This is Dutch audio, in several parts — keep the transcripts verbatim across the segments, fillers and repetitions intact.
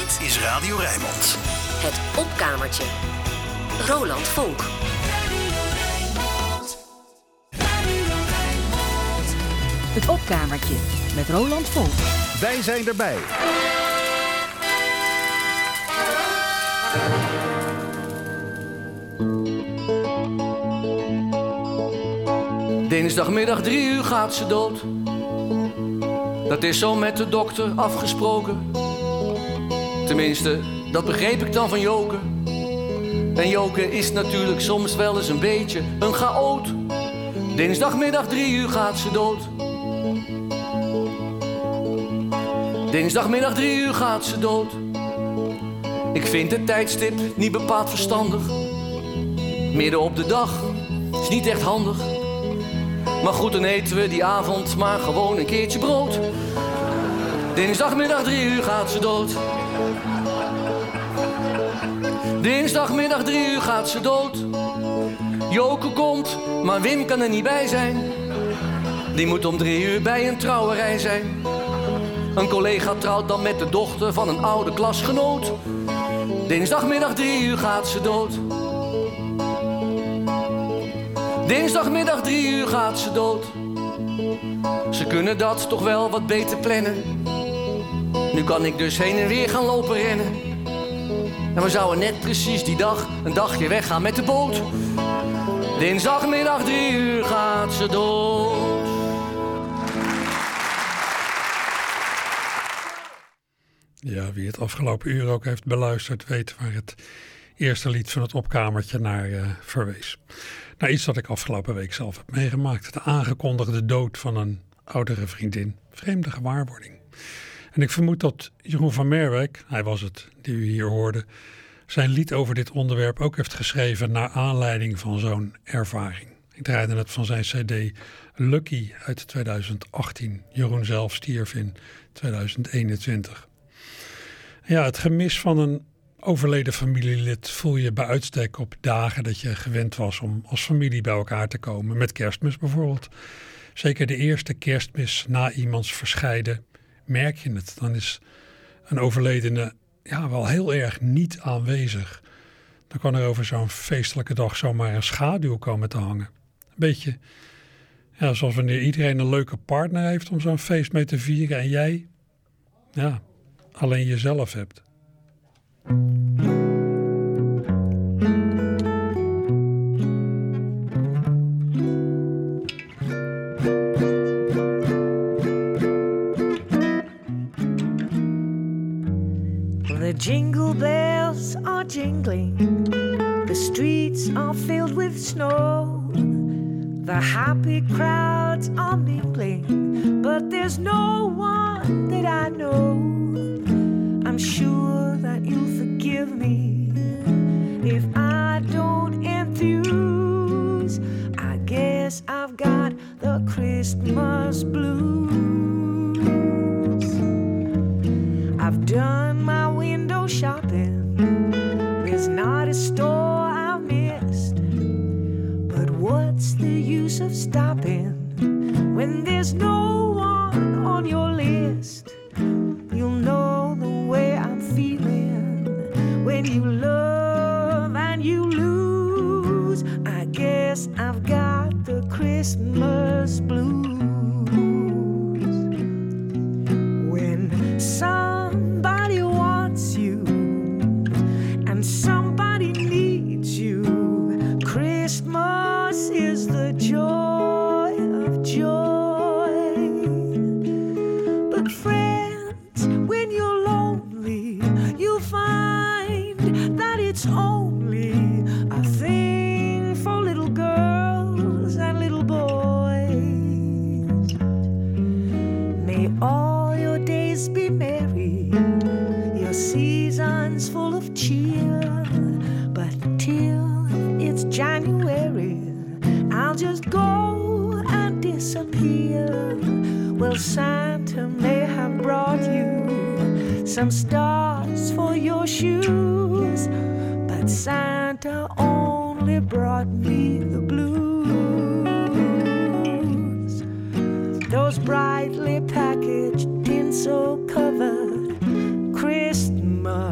Dit is Radio Rijnmond. Het opkamertje. Roland Vonk. Het opkamertje met Roland Vonk. Wij zijn erbij. Dinsdagmiddag drie uur gaat ze dood. Dat is zo met de dokter afgesproken. Tenminste, dat begreep ik dan van Joke. En Joke is natuurlijk soms wel eens een beetje een chaot. Dinsdagmiddag drie uur gaat ze dood. Dinsdagmiddag drie uur gaat ze dood. Ik vind het tijdstip niet bepaald verstandig. Midden op de dag is niet echt handig. Maar goed, dan eten we die avond maar gewoon een keertje brood. Dinsdagmiddag drie uur gaat ze dood. Dinsdagmiddag drie uur gaat ze dood. Joke komt, maar Wim kan er niet bij zijn. Die moet om drie uur bij een trouwerij zijn. Een collega trouwt dan met de dochter van een oude klasgenoot. Dinsdagmiddag drie uur gaat ze dood. Dinsdagmiddag drie uur gaat ze dood. Ze kunnen dat toch wel wat beter plannen. Nu kan ik dus heen en weer gaan lopen rennen. En we zouden net precies die dag een dagje weggaan met de boot. Dinsdagmiddag drie uur gaat ze dood. Ja, wie het afgelopen uur ook heeft beluisterd weet waar het eerste lied van het opkamertje naar uh, verwees. Nou, iets dat ik afgelopen week zelf heb meegemaakt. De aangekondigde dood van een oudere vriendin. Vreemde gewaarwording. En ik vermoed dat Jeroen van Merwijk, hij was het die u hier hoorde, zijn lied over dit onderwerp ook heeft geschreven naar aanleiding van zo'n ervaring. Ik draaide het van zijn cd Lucky uit tweeduizend achttien. Jeroen zelf stierf in tweeduizend eenentwintig. Ja, het gemis van een overleden familielid voel je bij uitstek op dagen dat je gewend was om als familie bij elkaar te komen. Met Kerstmis bijvoorbeeld. Zeker de eerste Kerstmis na iemands verscheiden merk je het. Dan is een overledene ja, wel heel erg niet aanwezig. Dan kan er over zo'n feestelijke dag zomaar een schaduw komen te hangen. Een beetje ja, zoals wanneer iedereen een leuke partner heeft om zo'n feest mee te vieren en jij ja, alleen jezelf hebt. The jingle bells are jingling, the streets are filled with snow, the happy crowds are mingling, but there's no one that I know. I'm sure that you'll forgive me if I don't enthuse. I guess I've got the Christmas blues. I've done my window shopping, there's not a store I've missed. But what's the use of stopping when there's no one on your list? You'll know the way I'm feeling when you love and you lose. I guess I've got the Christmas blues. When somebody wants you and somebody needs you, Christmas is the joy of joy. But friends, when you're lonely, you'll find that it's only a thing for little girls and little boys. May all your days be merry, your seasons full of cheer, but till it's January, I'll just go and disappear. Well, Santa may have brought you some stars for your shoes, but Santa only brought me the blues. Those brightly packaged, tinsel covered Christmas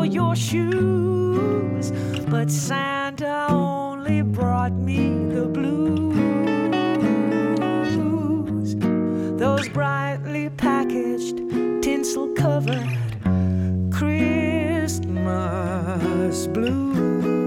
your shoes, but Santa only brought me the blues. Those brightly packaged, tinsel-covered Christmas blues.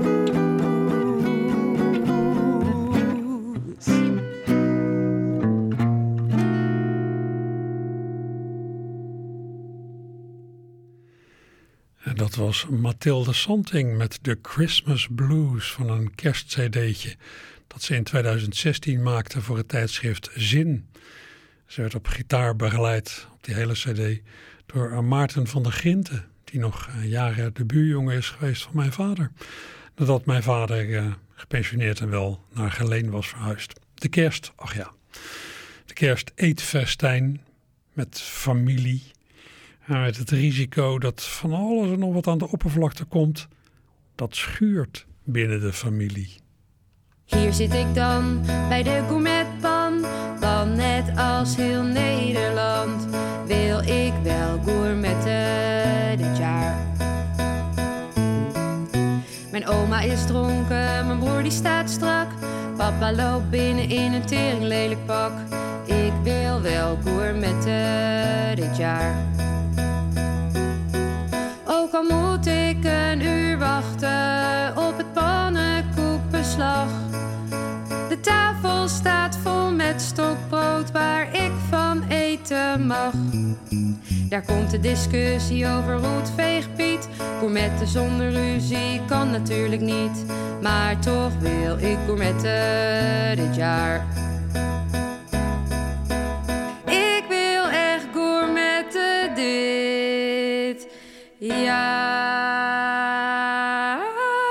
En dat was Mathilde Santing met de Christmas Blues van een kerstcd'tje dat ze in tweeduizend zestien maakte voor het tijdschrift Zin. Ze werd op gitaar begeleid op die hele cd door Maarten van der Grinten, die nog jaren de buurjongen is geweest van mijn vader. Nadat mijn vader uh, gepensioneerd en wel naar Geleen was verhuisd. De kerst, ach ja, de kerst-eetfestijn met familie. En met het risico dat van alles en nog wat aan de oppervlakte komt, dat schuurt binnen de familie. Hier zit ik dan bij de gourmetpan, want net als heel Nederland wil ik wel gourmetten dit jaar. Mijn oma is dronken, mijn broer die staat strak, papa loopt binnen in een tering lelijk pak. Ik wil wel gourmetten dit jaar. Ook al moet ik een uur wachten op het pannenkoekenbeslag. De tafel staat vol met stokbrood waar ik van eten mag. Daar komt de discussie over roetveegpiet. Gourmetten zonder ruzie kan natuurlijk niet. Maar toch wil ik gourmetten dit jaar. Ik wil echt gourmetten dit jaar.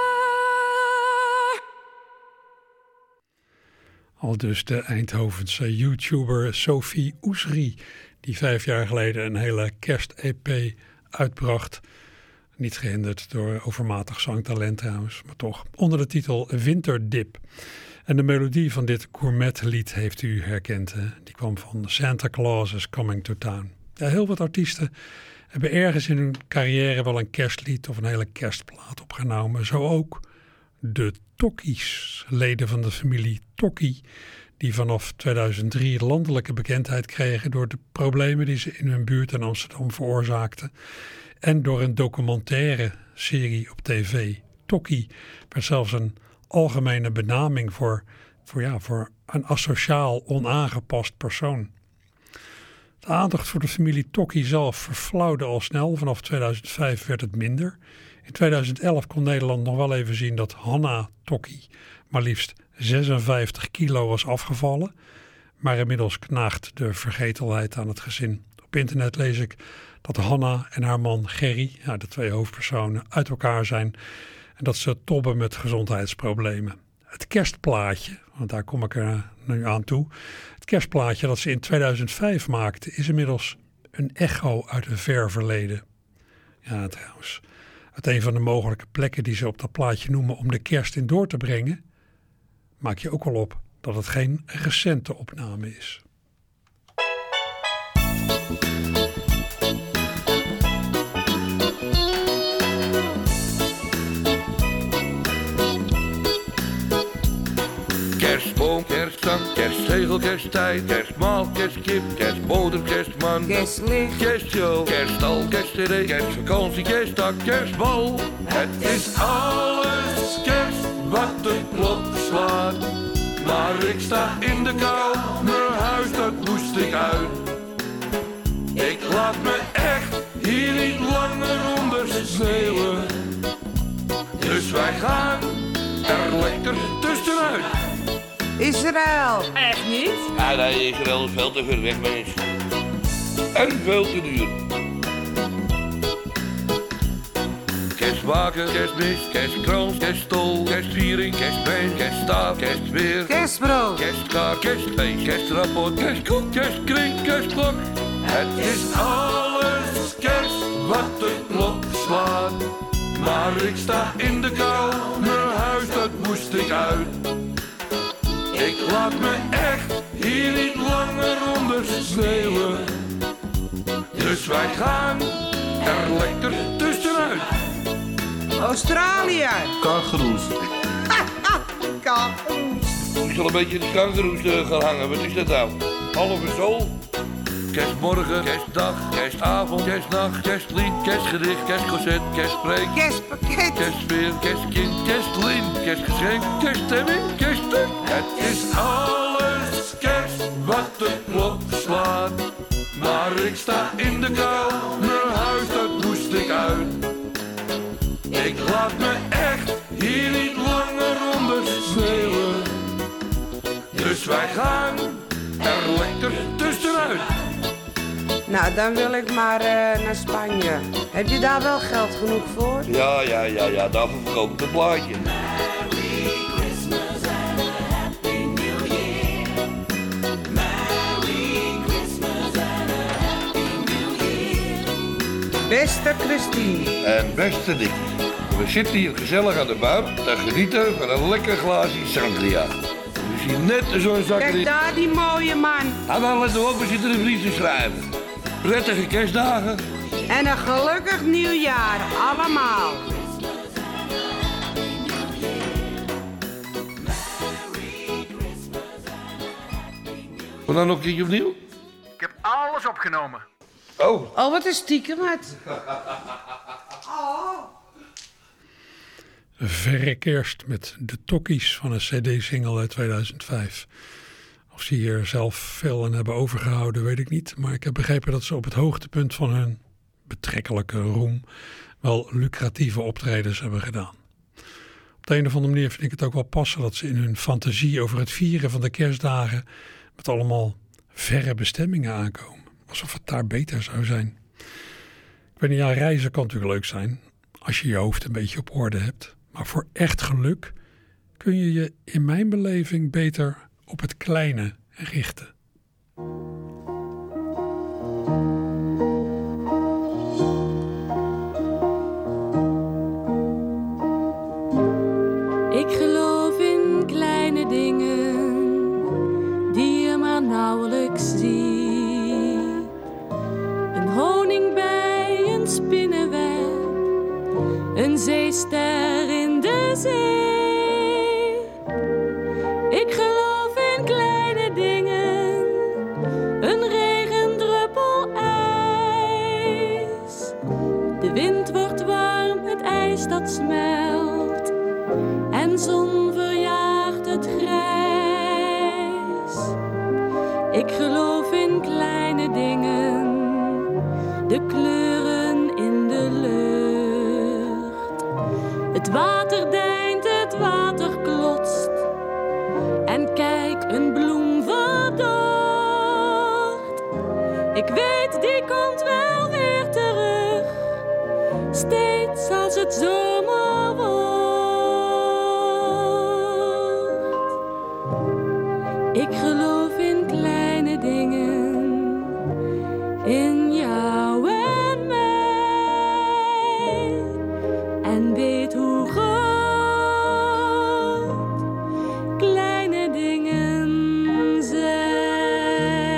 Al dus de Eindhovense YouTuber Sophie Oesri, die vijf jaar geleden een hele kerst-E P uitbracht. Niet gehinderd door overmatig zangtalent trouwens, maar toch. Onder de titel Winterdip. En de melodie van dit gourmetlied heeft u herkend. Hè? Die kwam van Santa Claus is Coming to Town. Ja, heel wat artiesten hebben ergens in hun carrière wel een kerstlied of een hele kerstplaat opgenomen. Zo ook de Tokkies, leden van de familie Tokkie, die vanaf tweeduizend drie landelijke bekendheid kregen door de problemen die ze in hun buurt in Amsterdam veroorzaakten. En door een documentaire serie op tv. Tokkie werd zelfs een algemene benaming voor, voor, ja, voor een asociaal, onaangepast persoon. De aandacht voor de familie Tokkie zelf verflauwde al snel. Vanaf tweeduizend vijf werd het minder. In tweeduizend elf kon Nederland nog wel even zien dat Hanna Tokkie maar liefst zesenvijftig kilo was afgevallen. Maar inmiddels knaagt de vergetelheid aan het gezin. Op internet lees ik dat Hanna en haar man Gerry, ja, de twee hoofdpersonen, uit elkaar zijn. En dat ze tobben met gezondheidsproblemen. Het kerstplaatje, want daar kom ik er nu aan toe. Het kerstplaatje dat ze in tweeduizend vijf maakte is inmiddels een echo uit een ver verleden. Ja, trouwens. Uit een van de mogelijke plekken die ze op dat plaatje noemen om de kerst in door te brengen, maak je ook al op dat het geen recente opname is. Kerstboom, kerststang, kerstzegel, kersttijd, kerstmaal, kerstkip, kerstbodem, kerstman, Kerstlicht, kerstshow, kerststal, kerstcd, kerstvakantie, kerstdag, kerstbal. Het is alles kerst wat de klok slaat. Maar ik sta in de kou, mijn huis dat moest ik uit. Ik laat me echt hier niet langer onder sneeuwen. Dus wij gaan er lekker tussenuit. Israël. Echt niet? Ja, nee, Israël is veel te ver weg, mens. En veel te duur. Kerstwagen, kerstmis, kerstkrans, kerststol, kerstviering, kerstbeen, kerststaaf, kerstweer, Kerstbrood. kerstkaart, kerstfeest, kerstrapport, kerstkok, kerstkring, kerstklok. Het is alles kerst wat de klok slaat. Maar ik sta in de kou, mijn huis dat moest ik uit. Ik laat me echt hier niet langer onder sneeuwen. Dus wij gaan er lekker tussenuit. Australië. Kangaroes. Kangaroes. Ik zal een beetje in de kangaroes uh, gaan hangen. Wat is dat nou? Halve zool. Kerstmorgen, kerstdag, kerstavond, kerstnacht, kerstlied, kerstgedicht, kerstconcert, kerstpreek, kerstpakket, kerstsfeer, kerstkind, kerstlin, kerstgeschenk, kerststemming, kerststuk. Het is alles kerst wat de klok slaat. Maar ik sta in de kou, mijn huis dat moest ik uit. Ik laat me echt hier niet langer onder sneeuwen. Dus wij gaan er lekker tussenuit. Nou, dan wil ik maar uh, naar Spanje. Heb je daar wel geld genoeg voor? Ja, ja, ja, ja, daarvoor verkoop ik een plaatje. Merry Christmas and a Happy New Year. Merry Christmas and a Happy New Year. Beste Christine. En beste Dick, we zitten hier gezellig aan de buik te genieten van een lekker glaasje sangria. We zien net zo'n zakje. Kijk daar, die mooie man. Ah, wel, let op, we zitten een brief te schrijven. Prettige kerstdagen. En een gelukkig nieuwjaar, allemaal. Wil dan nog een keertje opnieuw? Ik heb alles opgenomen. Oh. Oh, wat een stiekem het. Verre kerst met de Tokkies van een cd-single uit tweeduizend vijf. Of ze hier zelf veel aan hebben overgehouden, weet ik niet. Maar ik heb begrepen dat ze op het hoogtepunt van hun betrekkelijke roem wel lucratieve optredens hebben gedaan. Op de een of andere manier vind ik het ook wel passen dat ze in hun fantasie over het vieren van de kerstdagen met allemaal verre bestemmingen aankomen. Alsof het daar beter zou zijn. Ik weet niet, ja, reizen kan natuurlijk leuk zijn als je je hoofd een beetje op orde hebt. Maar voor echt geluk kun je je in mijn beleving beter op het kleine richten. Ik geloof in kleine dingen die je maar nauwelijks ziet. Een honingbij, een spinnenweb, een zeester in de zee. Ik geloof in kleine dingen, een regendruppel ijs. De wind wordt warm, het ijs dat smelt en zon verjaagt het grijs. Ik geloof in kleine dingen, de kleuren in de lucht. Het water deint, het water klotst. En kijk, een bloem verdort. Ik weet, die komt wel weer terug. Steeds als het zomer wordt. Ik geloof in kleine dingen. In jou en mij. En weet hoe groot kleine dingen zijn.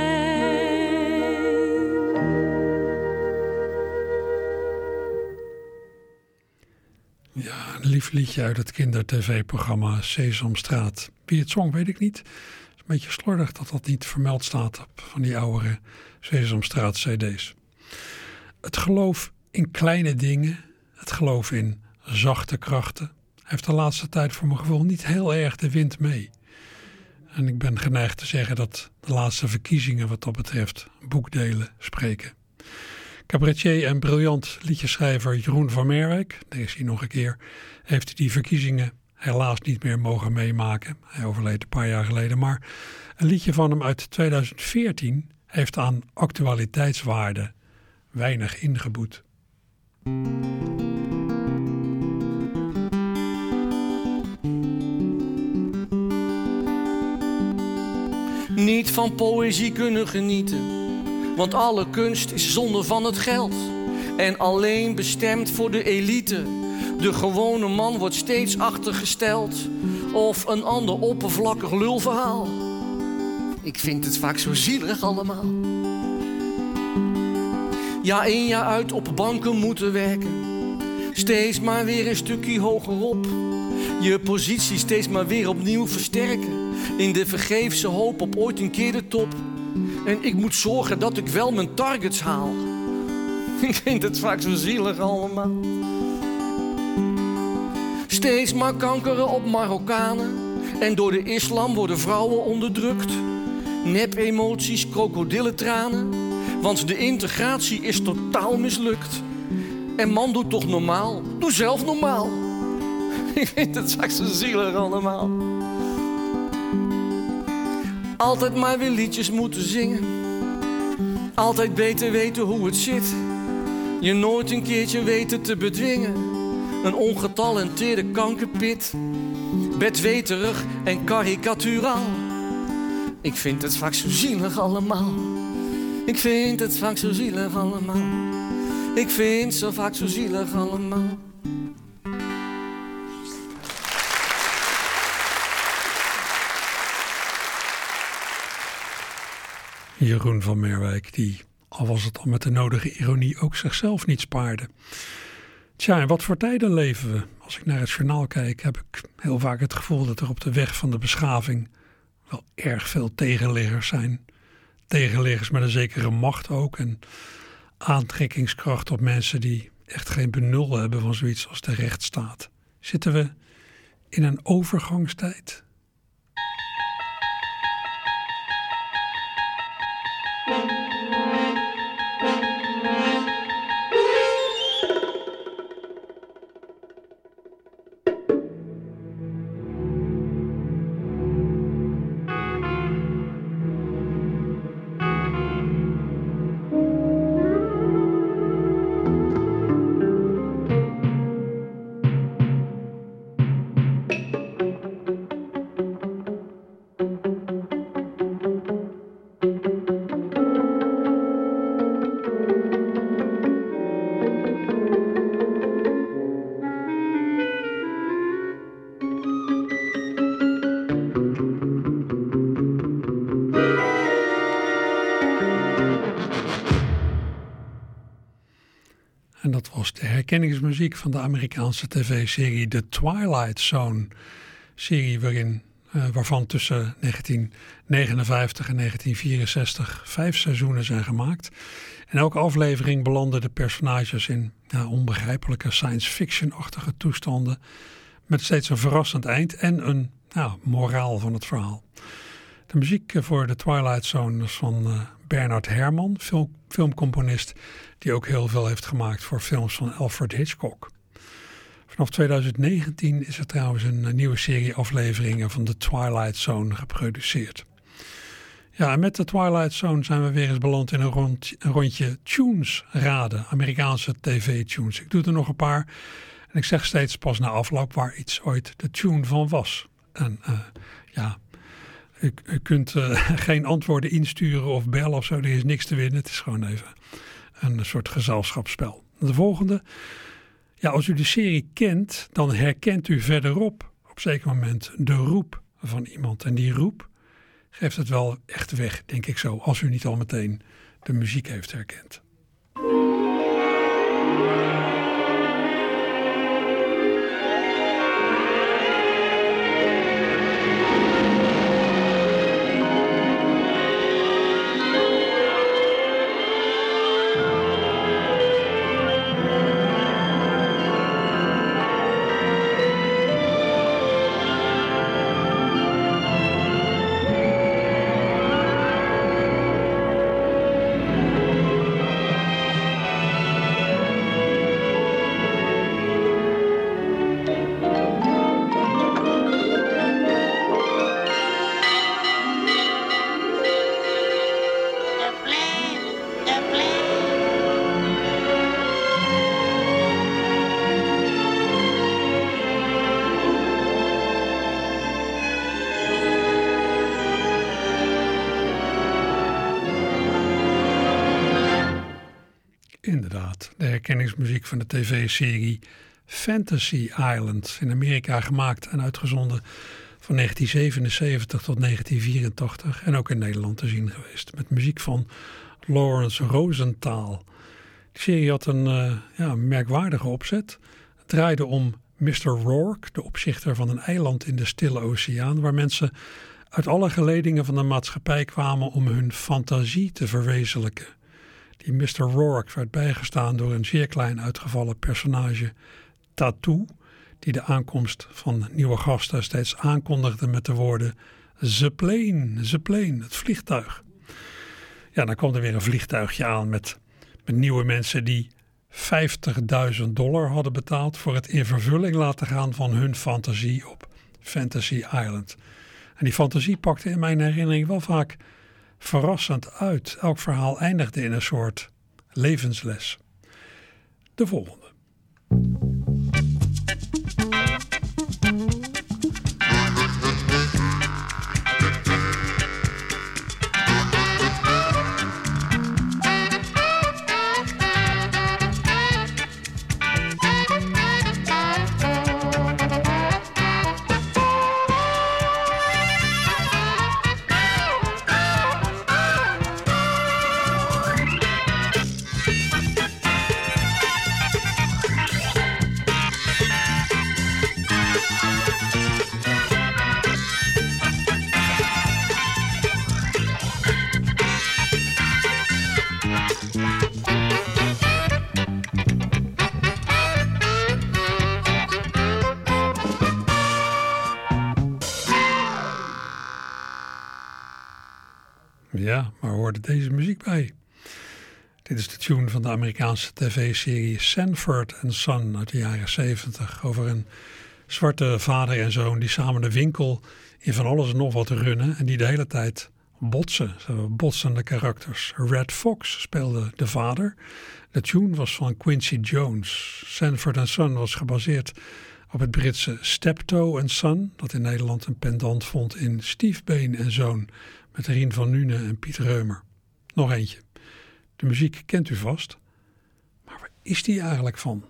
Ja, een lief liedje uit het kindertv-programma Sesamstraat. Wie het zong, weet ik niet. Het is een beetje slordig dat dat niet vermeld staat op van die oudere Sesamstraat cd's. Het geloof in kleine dingen, het geloof in zachte krachten, heeft de laatste tijd voor mijn gevoel niet heel erg de wind mee. En ik ben geneigd te zeggen dat de laatste verkiezingen wat dat betreft boekdelen spreken. Cabaretier en briljant liedjeschrijver Jeroen van Merwijk, daar is hij nog een keer, heeft die verkiezingen helaas niet meer mogen meemaken. Hij overleed een paar jaar geleden, maar een liedje van hem uit tweeduizend veertien heeft aan actualiteitswaarde weinig ingeboet. Niet van poëzie kunnen genieten, want alle kunst is zonde van het geld en alleen bestemd voor de elite. De gewone man wordt steeds achtergesteld of een ander oppervlakkig lulverhaal. Ik vind het vaak zo zielig allemaal. Jaar in jaar uit op banken moeten werken, Steeds maar weer een stukje hogerop. Je positie steeds maar weer opnieuw versterken. In de vergeefse hoop op ooit een keer de top. En ik moet zorgen dat ik wel mijn targets haal. Ik vind het vaak zo zielig allemaal. Steeds maar kankeren op Marokkanen. En door de islam worden vrouwen onderdrukt. Nep-emoties, krokodillentranen. Want de integratie is totaal mislukt. En man, doe toch normaal. Doe zelf normaal. Ik vind het vaak zo zielig allemaal. Altijd maar weer liedjes moeten zingen. Altijd beter weten hoe het zit. Je nooit een keertje weten te bedwingen. Een ongetalenteerde kankerpit. Bedweterig en karikaturaal. Ik vind het vaak zo zielig allemaal. Ik vind het vaak zo zielig allemaal. Ik vind het zo vaak zo zielig allemaal. Jeroen van Merwijk, die, al was het al met de nodige ironie, ook zichzelf niet spaarde. Tja, in wat voor tijden leven we? Als ik naar het journaal kijk, heb ik heel vaak het gevoel dat er op de weg van de beschaving wel erg veel tegenliggers zijn. Tegenliggers met een zekere macht ook en aantrekkingskracht op mensen die echt geen benul hebben van zoiets als de rechtsstaat. Zitten we in een overgangstijd? En dat was de herkenningsmuziek van de Amerikaanse tv-serie The Twilight Zone. Serie waarin, uh, waarvan tussen negentien negenenvijftig en negentien vierenzestig vijf seizoenen zijn gemaakt. En elke aflevering belanden de personages in ja, onbegrijpelijke science fiction-achtige toestanden. Met steeds een verrassend eind en een ja, moraal van het verhaal. De muziek voor The Twilight Zone is van uh, Bernard Herrmann, film, filmcomponist die ook heel veel heeft gemaakt voor films van Alfred Hitchcock. Vanaf twintig negentien is er trouwens een nieuwe serie afleveringen van The Twilight Zone geproduceerd. Ja, en met The Twilight Zone zijn we weer eens beland in een, rond, een rondje tunes raden, Amerikaanse tv-tunes. Ik doe er nog een paar en ik zeg steeds pas na afloop waar iets ooit de tune van was. En uh, ja... U, u kunt uh, geen antwoorden insturen of bellen of zo. Er is niks te winnen. Het is gewoon even een soort gezelschapsspel. De volgende. Ja, als u de serie kent, dan herkent u verderop op een zeker moment de roep van iemand. En die roep geeft het wel echt weg, denk ik zo. Als u niet al meteen de muziek heeft herkend. Inderdaad, de herkenningsmuziek van de tv-serie Fantasy Island. In Amerika gemaakt en uitgezonden van negentien zevenenzeventig tot negentien vierentachtig. En ook in Nederland te zien geweest. Met muziek van Lawrence Rosenthal. Die serie had een uh, ja, merkwaardige opzet. draaide om mister Rourke, de opzichter van een eiland in de Stille Oceaan, waar mensen uit alle geledingen van de maatschappij kwamen om hun fantasie te verwezenlijken. Die mister Rourke werd bijgestaan door een zeer klein uitgevallen personage, Tattoo, die de aankomst van nieuwe gasten steeds aankondigde met de woorden "The plane, the plane", het vliegtuig. Ja, dan kwam er weer een vliegtuigje aan met, met nieuwe mensen die vijftigduizend dollar hadden betaald voor het in vervulling laten gaan van hun fantasie op Fantasy Island. En die fantasie pakte in mijn herinnering wel vaak verrassend uit. Elk verhaal eindigde in een soort levensles. De volgende. Ja, maar hoorde deze muziek bij. Dit is de tune van de Amerikaanse tv-serie Sanford and Son uit de jaren zeventig. Over een zwarte vader en zoon die samen de winkel in van alles en nog wat runnen. En die de hele tijd botsen. Zo botsende karakters. Red Fox speelde de vader. De tune was van Quincy Jones. Sanford and Son was gebaseerd op het Britse Steptoe and Son, dat in Nederland een pendant vond in Stiefbeen en Zoon, met Rien van Nuenen en Piet Reumer. Nog eentje. De muziek kent u vast. Maar waar is die eigenlijk van?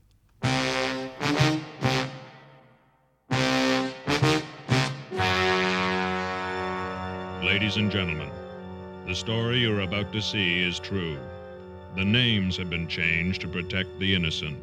Ladies and gentlemen, the story you're about to see is true. The names have been changed to protect the innocent.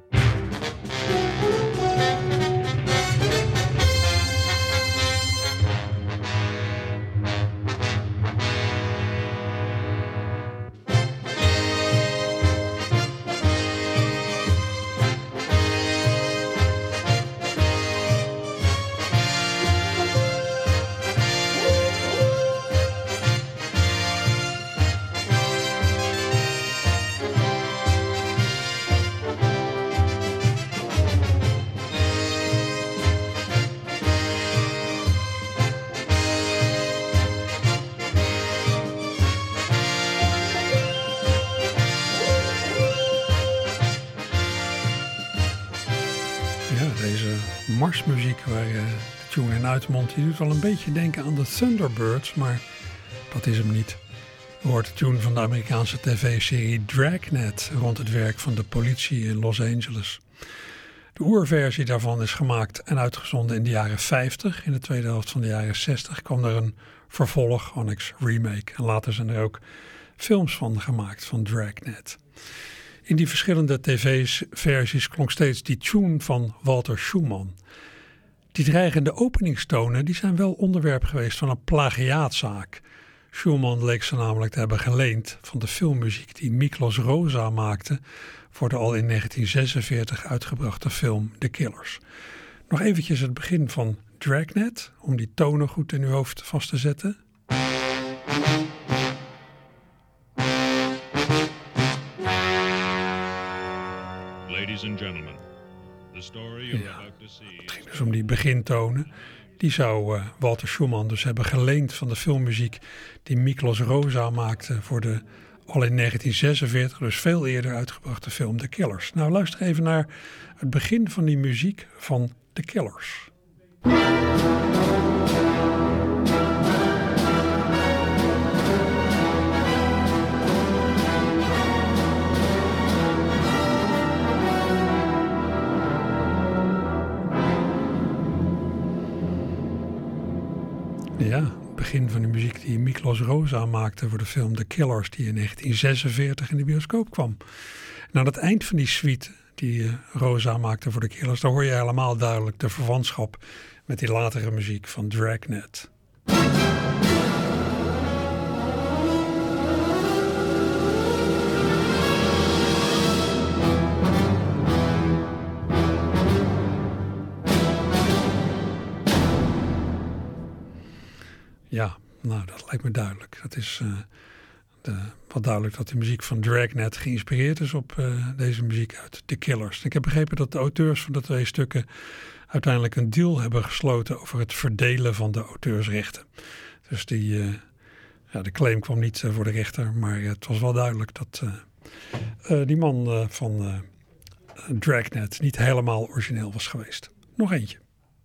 Marsmuziek waar uh, de tune in uitmondt, die doet wel een beetje denken aan de Thunderbirds, maar dat is hem niet. U hoort de tune van de Amerikaanse tv-serie Dragnet rond het werk van de politie in Los Angeles. De oerversie daarvan is gemaakt en uitgezonden in de jaren vijftig. In de tweede helft van de jaren zestig kwam er een vervolg, annex remake. En later zijn er ook films van gemaakt van Dragnet. In die verschillende tv-versies klonk steeds die tune van Walter Schumann. Die dreigende openingstonen die zijn wel onderwerp geweest van een plagiaatzaak. Schumann leek ze namelijk te hebben geleend van de filmmuziek die Miklos Rozsa maakte voor de al in negentien zesenveertig uitgebrachte film The Killers. Nog eventjes het begin van Dragnet, om die tonen goed in uw hoofd vast te zetten. Ladies and gentlemen, the story you're ja, about to see. Het ging dus om die begintonen. Die zou uh, Walter Schumann dus hebben geleend van de filmmuziek die Miklos Rozsa maakte voor de al in negentien zesenveertig, dus veel eerder uitgebrachte film The Killers. Nou, luister even naar het begin van die muziek van The Killers. Ja, het begin van de muziek die Miklos Rozsa maakte voor de film The Killers, die in negentien zesenveertig in de bioscoop kwam. En aan het eind van die suite, die uh, Rosa maakte voor de Killers. Daar hoor je helemaal duidelijk de verwantschap met die latere muziek van Dragnet. Ja, nou, dat lijkt me duidelijk. Dat is uh, de, wat duidelijk dat de muziek van Dragnet geïnspireerd is op uh, deze muziek uit The Killers. Ik heb begrepen dat de auteurs van de twee stukken uiteindelijk een deal hebben gesloten over het verdelen van de auteursrechten. Dus die, uh, ja, de claim kwam niet uh, voor de rechter, maar uh, het was wel duidelijk dat uh, uh, die man uh, van uh, Dragnet niet helemaal origineel was geweest. Nog eentje.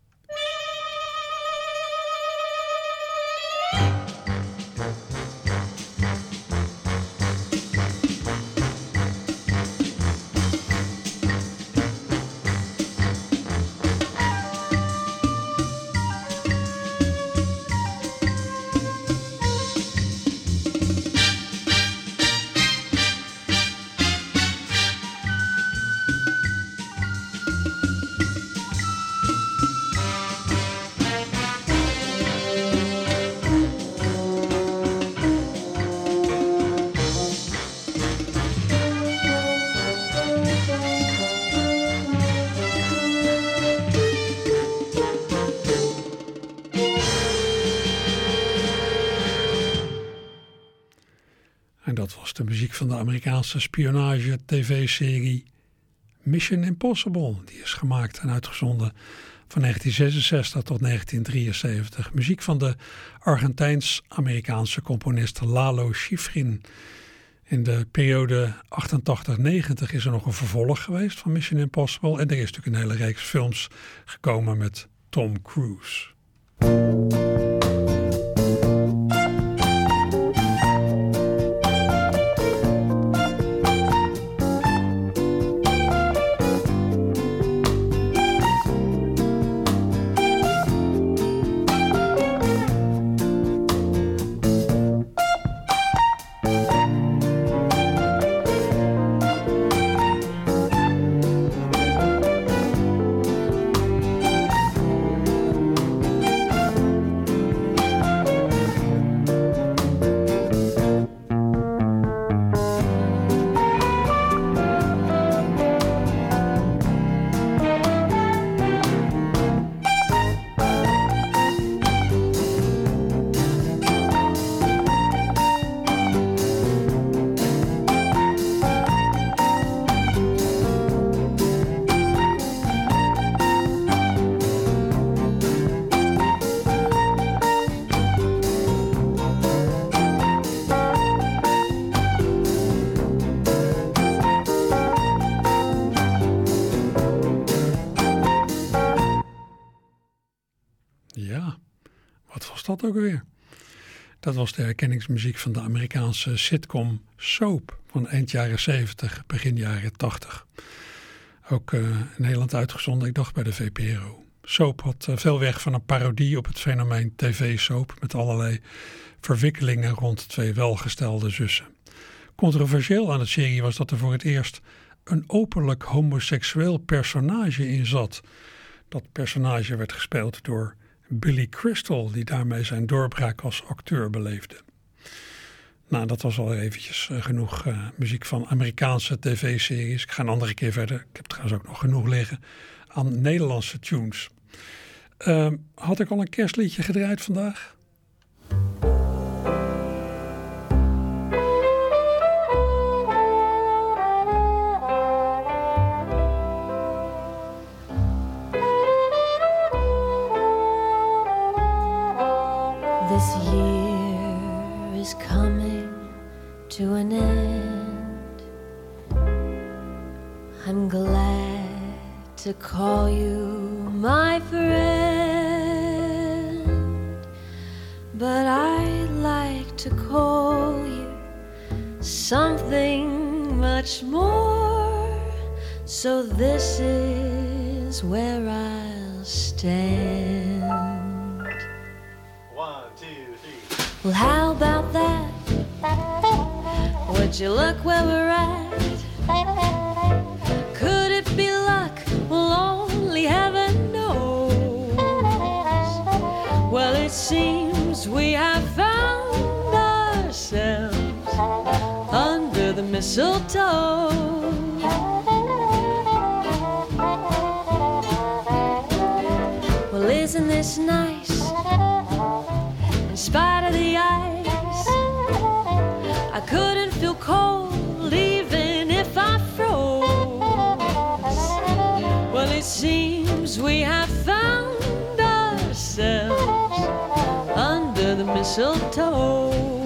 En dat was de muziek van de Amerikaanse spionage-tv-serie Mission Impossible. Die is gemaakt en uitgezonden van negentien zesenzestig tot negentien drieënzeventig. Muziek van de Argentijns-Amerikaanse componist Lalo Schifrin. In de periode achtentachtig negentig is er nog een vervolg geweest van Mission Impossible. En er is natuurlijk een hele reeks films gekomen met Tom Cruise. Dat ook weer. Dat was de herkenningsmuziek van de Amerikaanse sitcom Soap van eind jaren zeventig, begin jaren tachtig. Ook uh, in Nederland uitgezonden, ik dacht bij de V P R O. Soap had uh, veel weg van een parodie op het fenomeen tv-soap met allerlei verwikkelingen rond twee welgestelde zussen. Controversieel aan de serie was dat er voor het eerst een openlijk homoseksueel personage in zat. Dat personage werd gespeeld door Billy Crystal, die daarmee zijn doorbraak als acteur beleefde. Nou, dat was al eventjes uh, genoeg uh, muziek van Amerikaanse tv-series. Ik ga een andere keer verder. Ik heb trouwens ook nog genoeg liggen aan Nederlandse tunes. Uh, had ik al een kerstliedje gedraaid vandaag? This year is coming to an end. I'm glad to call you my friend, but I'd like to call you something much more. So this is where I'll stand. Well, how about that? Would you look where we're at? Could it seems we have found ourselves under the mistletoe. Well, isn't this nice? In spite of the ice, I couldn't feel cold even if I froze. Well, it seems we have found ourselves under the mistletoe.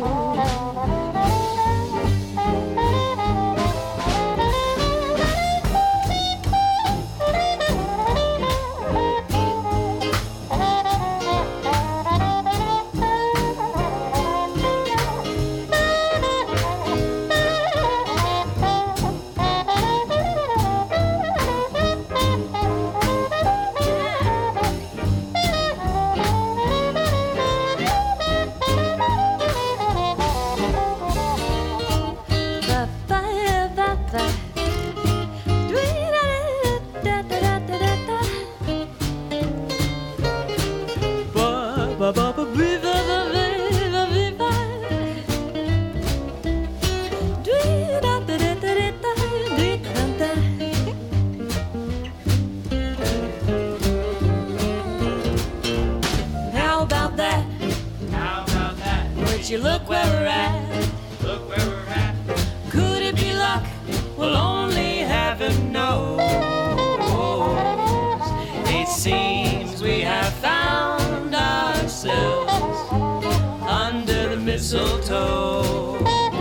Look where we're at. Look where we're at. Could it be luck? Well, only heaven knows. It seems we have found ourselves under the mistletoe.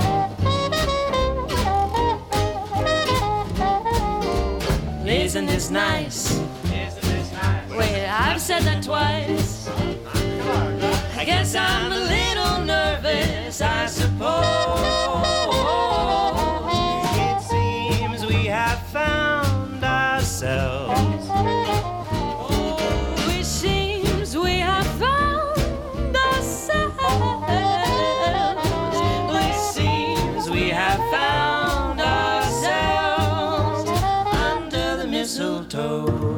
Isn't this nice? Isn't this nice? Wait, I've said that twice. I guess I'm a little nervous, I suppose. It seems we have found ourselves. Oh, it seems we have found ourselves. It seems we have found ourselves under the mistletoe.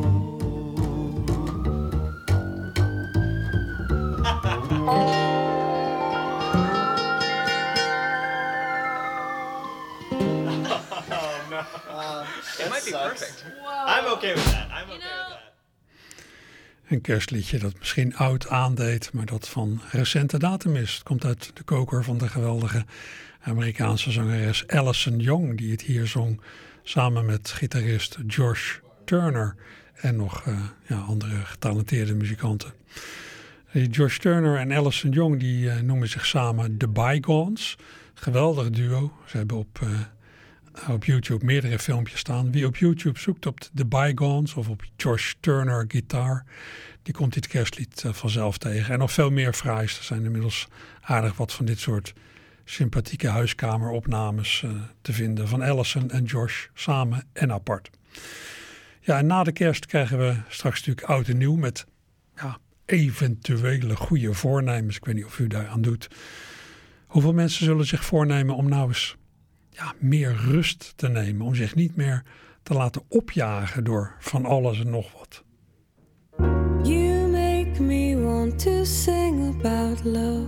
Uh, it might be perfect. Whoa. I'm okay with that. I'm okay with that. Een kerstliedje dat misschien oud aandeed, maar dat van recente datum is. Het komt uit de koker van de geweldige Amerikaanse zangeres Alison Young, die het hier zong samen met gitarist Josh Turner en nog uh, ja, andere getalenteerde muzikanten. Die Josh Turner en Alison Young die uh, noemen zich samen The Bygones. Geweldig duo. Ze hebben op... Uh, op YouTube meerdere filmpjes staan. Wie op YouTube zoekt op The Bygones of op Josh Turner Guitar, die komt dit kerstlied uh, vanzelf tegen. En nog veel meer fraais. Er zijn inmiddels aardig wat van dit soort sympathieke huiskameropnames uh, te vinden van Alison en Josh samen en apart. Ja, en na de kerst krijgen we straks natuurlijk oud en nieuw met ja, eventuele goede voornemens. Ik weet niet of u daaraan doet. Hoeveel mensen zullen zich voornemen om nou eens ja, meer rust te nemen, om zich niet meer te laten opjagen door van alles en nog wat. You make me want to sing about love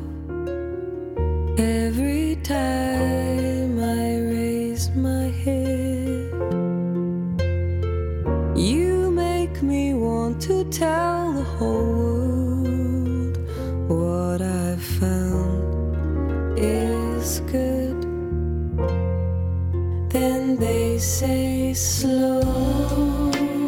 every time I raise my head. You make me want to tell the whole world what I've found is good. Then they say slow,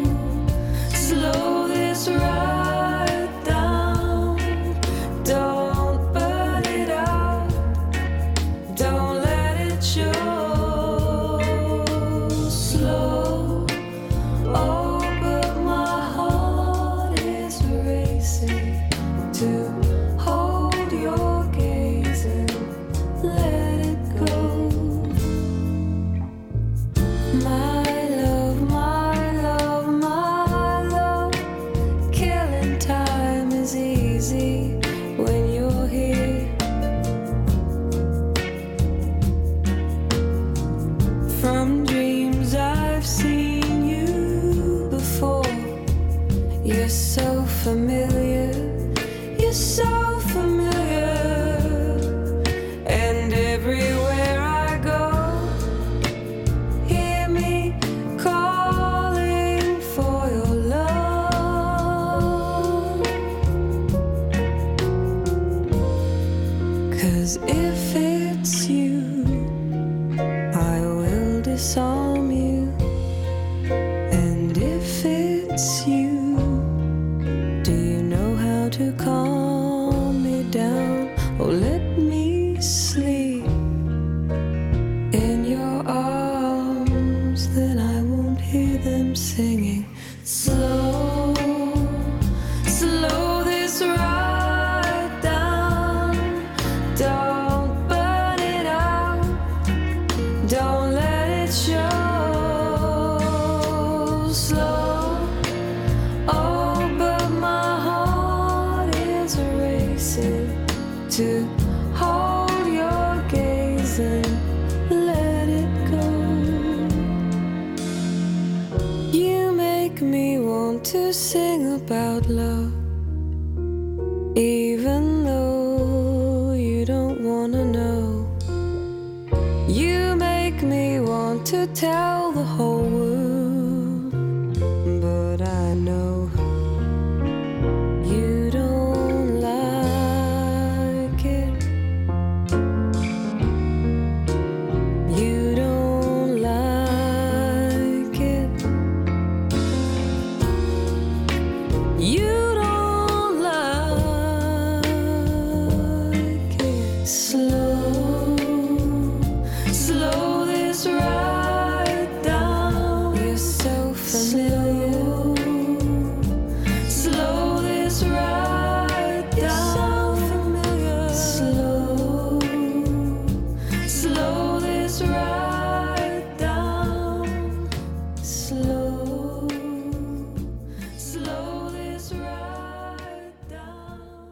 slow this ride down. Don't burn it out, don't let it show. Slow, oh, but my heart is racing to hold your gaze and let it go. My love, my love, my love, killing time is easy when you're here. From dreams I've seen you before. You're so familiar, you're so familiar. to calm me down. Oh, let me sleep in your arms, then I won't hear them singing. Slow, slow this ride down. Don't burn it out. Don't let it show. Slow, oh, but my heart is racing to hold your gaze and let it go. You make me want to sing about love, even though you don't wanna know. You make me want to tell the whole world, but I know you don't like it. You don't like it. You don't like it. Slow, slow this ride down. You're so familiar. Slow this ride down. Slow, slow this ride down. Slow, slow this ride down.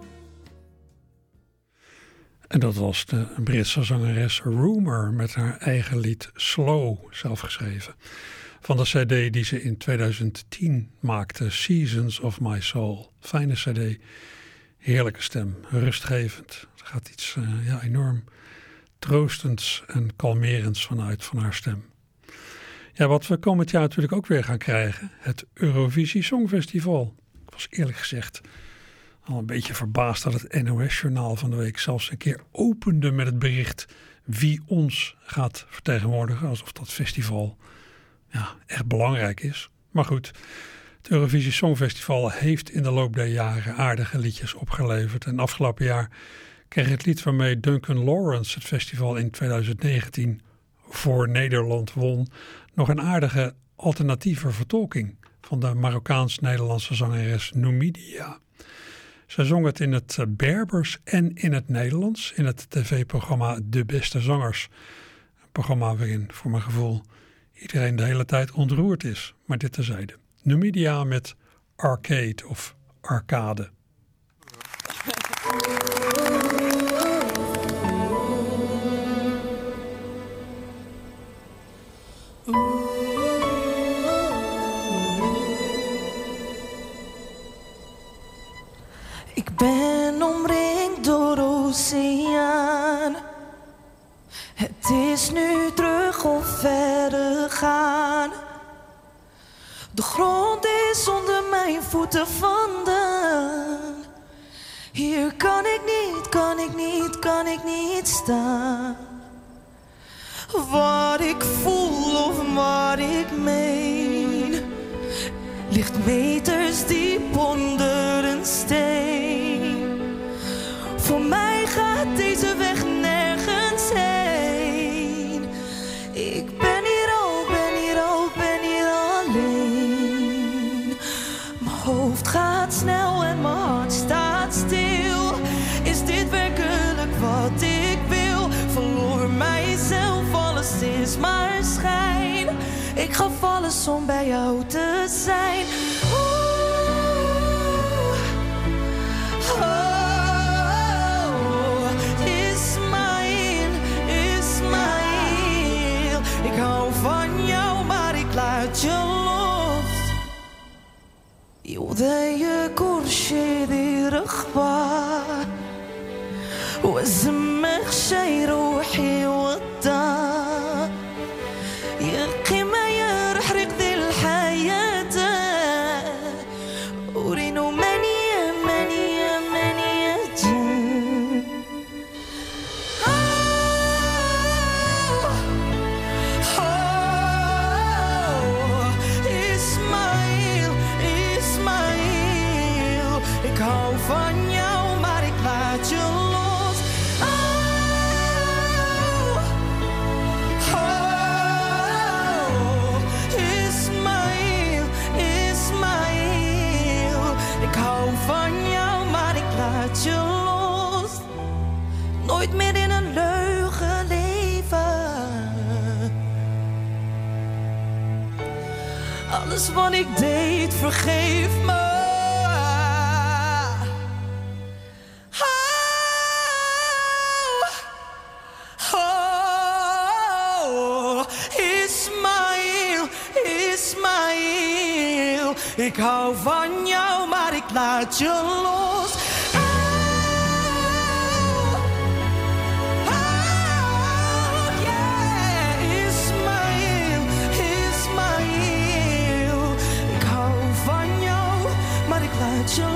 En dat was de Britse zangeres Rumour met haar eigen lied Slow, zelf geschreven. Van de cd die ze in tweeduizend tien maakte, Seasons of My Soul. Fijne cd, heerlijke stem, rustgevend. Er gaat iets uh, ja, enorm troostends en kalmerends vanuit van haar stem. Ja, wat we komend jaar natuurlijk ook weer gaan krijgen, het Eurovisie Songfestival. Ik was eerlijk gezegd al een beetje verbaasd dat het N O S-journaal van de week zelfs een keer opende met het bericht wie ons gaat vertegenwoordigen. Alsof dat festival ja, echt belangrijk is. Maar goed, het Eurovisie Songfestival heeft in de loop der jaren aardige liedjes opgeleverd. En afgelopen jaar kreeg het lied waarmee Duncan Lawrence het festival in tweeduizend negentien voor Nederland won nog een aardige alternatieve vertolking van de Marokkaans-Nederlandse zangeres Numidia. Zij zong het in het Berbers en in het Nederlands in het tv-programma De Beste Zangers. Een programma waarin, voor mijn gevoel, iedereen de hele tijd ontroerd is. Maar dit terzijde. Numidia met Arcade of Arcade. Ik ben omringd door oceaan. Het is nu terug of verder gaan. De grond is onder mijn voeten vandaan. Hier kan ik niet, kan ik niet, kan ik niet staan. Wat ik voel of wat ik meen ligt meters diep onder een steen. Voor mij gaat deze weg nergens heen. Ik ben hier al, ben hier al, ben hier alleen. Mijn hoofd gaat snel en mijn hart staat stil. Is dit werkelijk wat ik wil? Verloor mijzelf, alles is maar schijn. Ik gaf alles om bij jou te zijn. Oeh, oh, Ismaël, Ismaël. Ik hou van jou, maar ik laat je los. يوضايق ورشيدي رخبة وزمخ شي روحي والضاء يلقي ما يرحرق ذي الحياة ورينو مانية مانية مانية جن Ismaël, Ismaël, ik hou van jou, maar ik laat je los. Oh, oh, Ismaël, Ismaël. Ik hou van jou, maar ik laat je los. Nooit meer in een leugen leven. Alles wat ik deed, vergeef me. Oh, oh, Ismaël, Ismaël. Ik hou van jou, maar ik laat je los. Laat je los.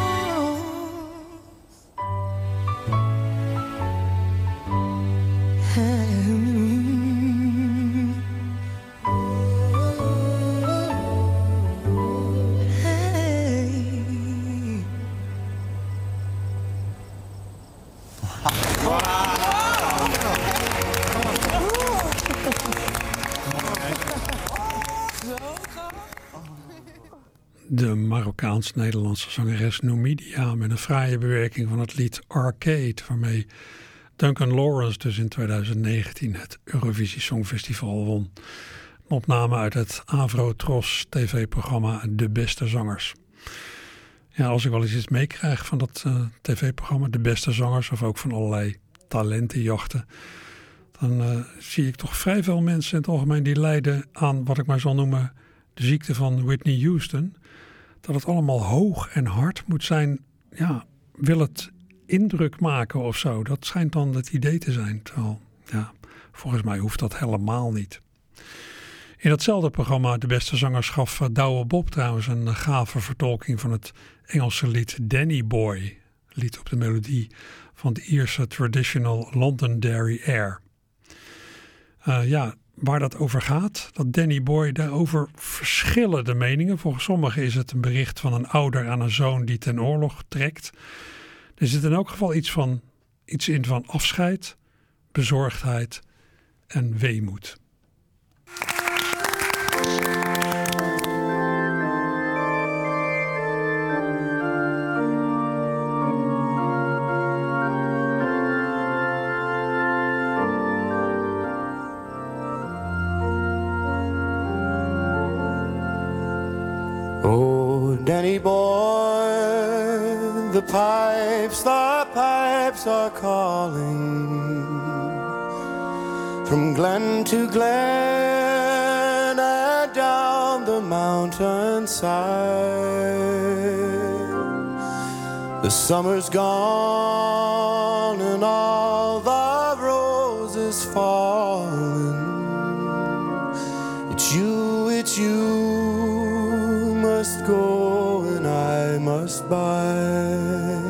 De Marokkaans-Nederlandse zangeres Numidia met een fraaie bewerking van het lied Arcade, waarmee Duncan Lawrence dus in twintig negentien het Eurovisie Songfestival won. Een opname uit het Avro-Tros tv-programma De Beste Zangers. Ja, als ik wel eens iets meekrijg van dat uh, tv-programma De Beste Zangers, of ook van allerlei talentenjachten, dan uh, zie ik toch vrij veel mensen in het algemeen die lijden aan wat ik maar zal noemen de ziekte van Whitney Houston. Dat het allemaal hoog en hard moet zijn. Ja, wil het indruk maken of zo? Dat schijnt dan het idee te zijn. Terwijl, ja, volgens mij hoeft dat helemaal niet. In datzelfde programma De Beste Zangers gaf Douwe Bob trouwens een gave vertolking van het Engelse lied Danny Boy. Lied op de melodie van de Ierse traditional Londonderry Air. Uh, ja, waar dat over gaat, dat Danny Boy, daarover verschillen de meningen. Volgens sommigen is het een bericht van een ouder aan een zoon die ten oorlog trekt. Er zit in elk geval iets, van, iets in van afscheid, bezorgdheid en weemoed. Oh, Danny boy, the pipes, the pipes are calling from glen to glen and down the mountainside. The summer's gone and all the roses falling. It's you, it's you must go and I must buy.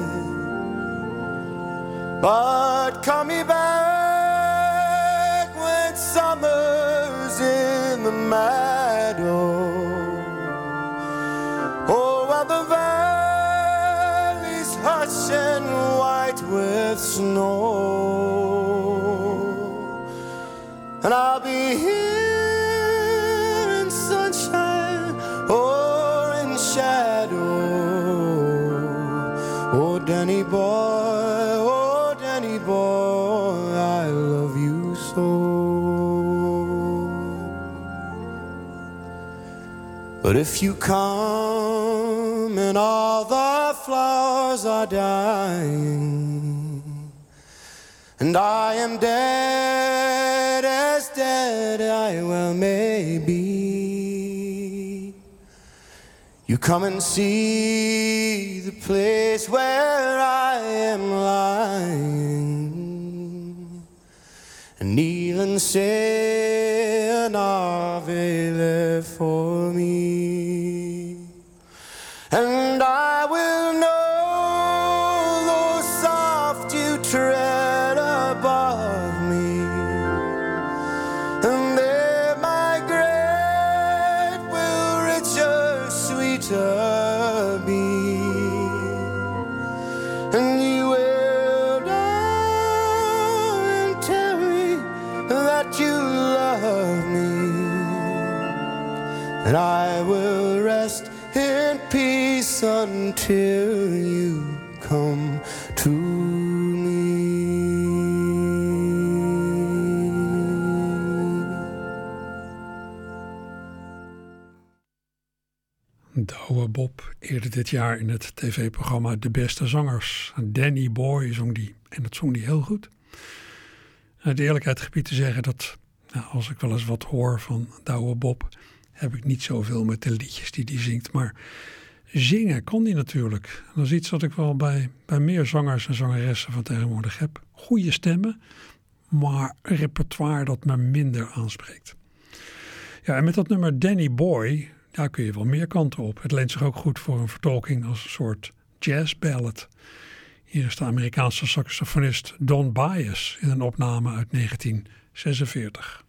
But come me back when summer's in the meadow. Oh, while the valley's hush and white with snow. And I'll be here in sunshine or in shadow. Oh, Danny boy, oh, Danny boy, I love you so. But if you come and all the flowers are dying, and I am dead as dead I well may be, you come and see the place where I am lying, and kneel and say an Ave for me, and I will know those soft you tread above me, and there my grave will richer, sweeter be. peace until you come to me. Douwe Bob, eerder dit jaar in het tv-programma De Beste Zangers. Danny Boy zong die en dat zong die heel goed. De eerlijkheid gebied te zeggen dat nou, als ik wel eens wat hoor van Douwe Bob, heb ik niet zoveel met de liedjes die hij zingt. Maar zingen kon hij natuurlijk. Dat is iets wat ik wel bij, bij meer zangers en zangeressen van tegenwoordig heb. Goede stemmen, maar een repertoire dat me minder aanspreekt. Ja, en met dat nummer Danny Boy, daar kun je wel meer kanten op. Het leent zich ook goed voor een vertolking als een soort jazzballad. Hier is de Amerikaanse saxofonist Don Byas in een opname uit negentien zesenveertig.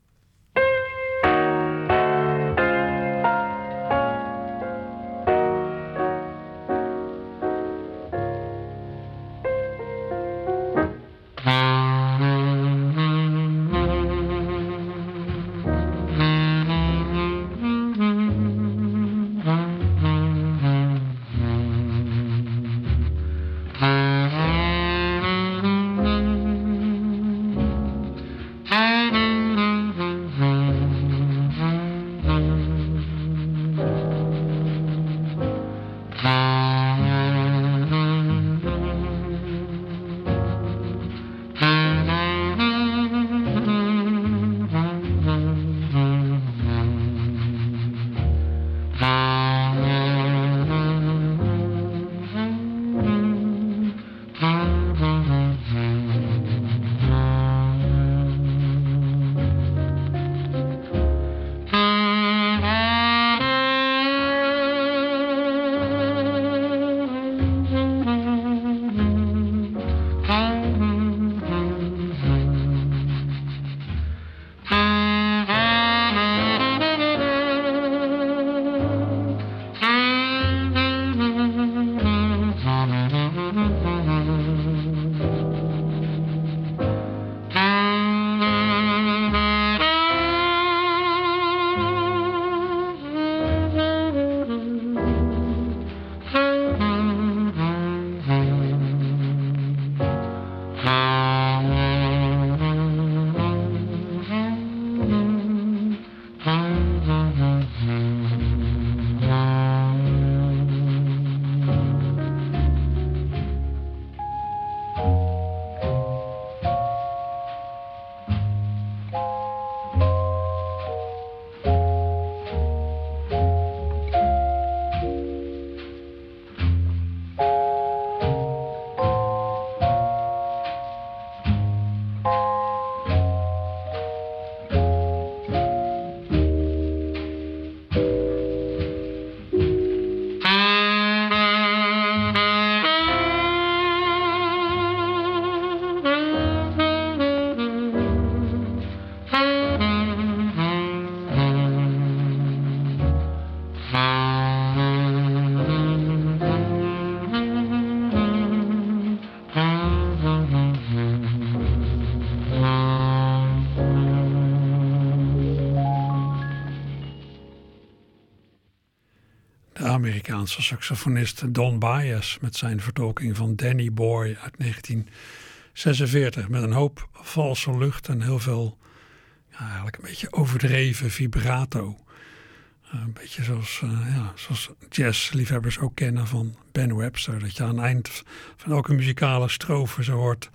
Amerikaanse saxofonist Don Byas met zijn vertolking van Danny Boy uit negentien zesenveertig. Met een hoop valse lucht en heel veel, ja, eigenlijk een beetje overdreven vibrato. Uh, een beetje zoals, uh, ja, zoals jazzliefhebbers ook kennen van Ben Webster. Dat je aan het eind van elke muzikale strofe zo hoort.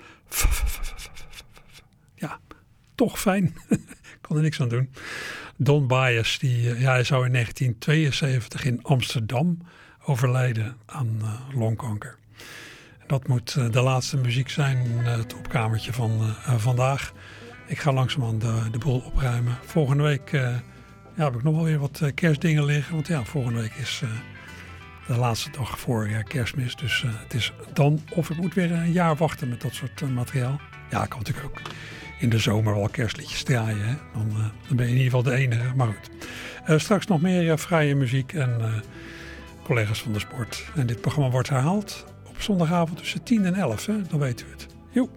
Ja, toch fijn. Kon er niks aan doen. Don Byas, die, ja, hij zou in negentien tweeënzeventig in Amsterdam overlijden aan uh, longkanker. Dat moet uh, de laatste muziek zijn, uh, het opkamertje van uh, vandaag. Ik ga langzaamaan de, de boel opruimen. Volgende week uh, ja, heb ik nog wel weer wat uh, kerstdingen liggen. Want ja, volgende week is uh, de laatste dag voor ja, kerstmis. Dus uh, het is dan of ik moet weer een jaar wachten met dat soort uh, materiaal. Ja, ik kan natuurlijk ook in de zomer wel kerstliedjes draaien. Hè? Dan, uh, dan ben je in ieder geval de enige. Maar goed. Uh, straks nog meer uh, vrije muziek en uh, collega's van de sport. En dit programma wordt herhaald op zondagavond tussen tien en elf. Hè? Dan weet u het. Joe.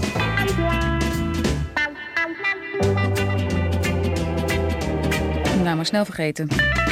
Nou, maar snel vergeten.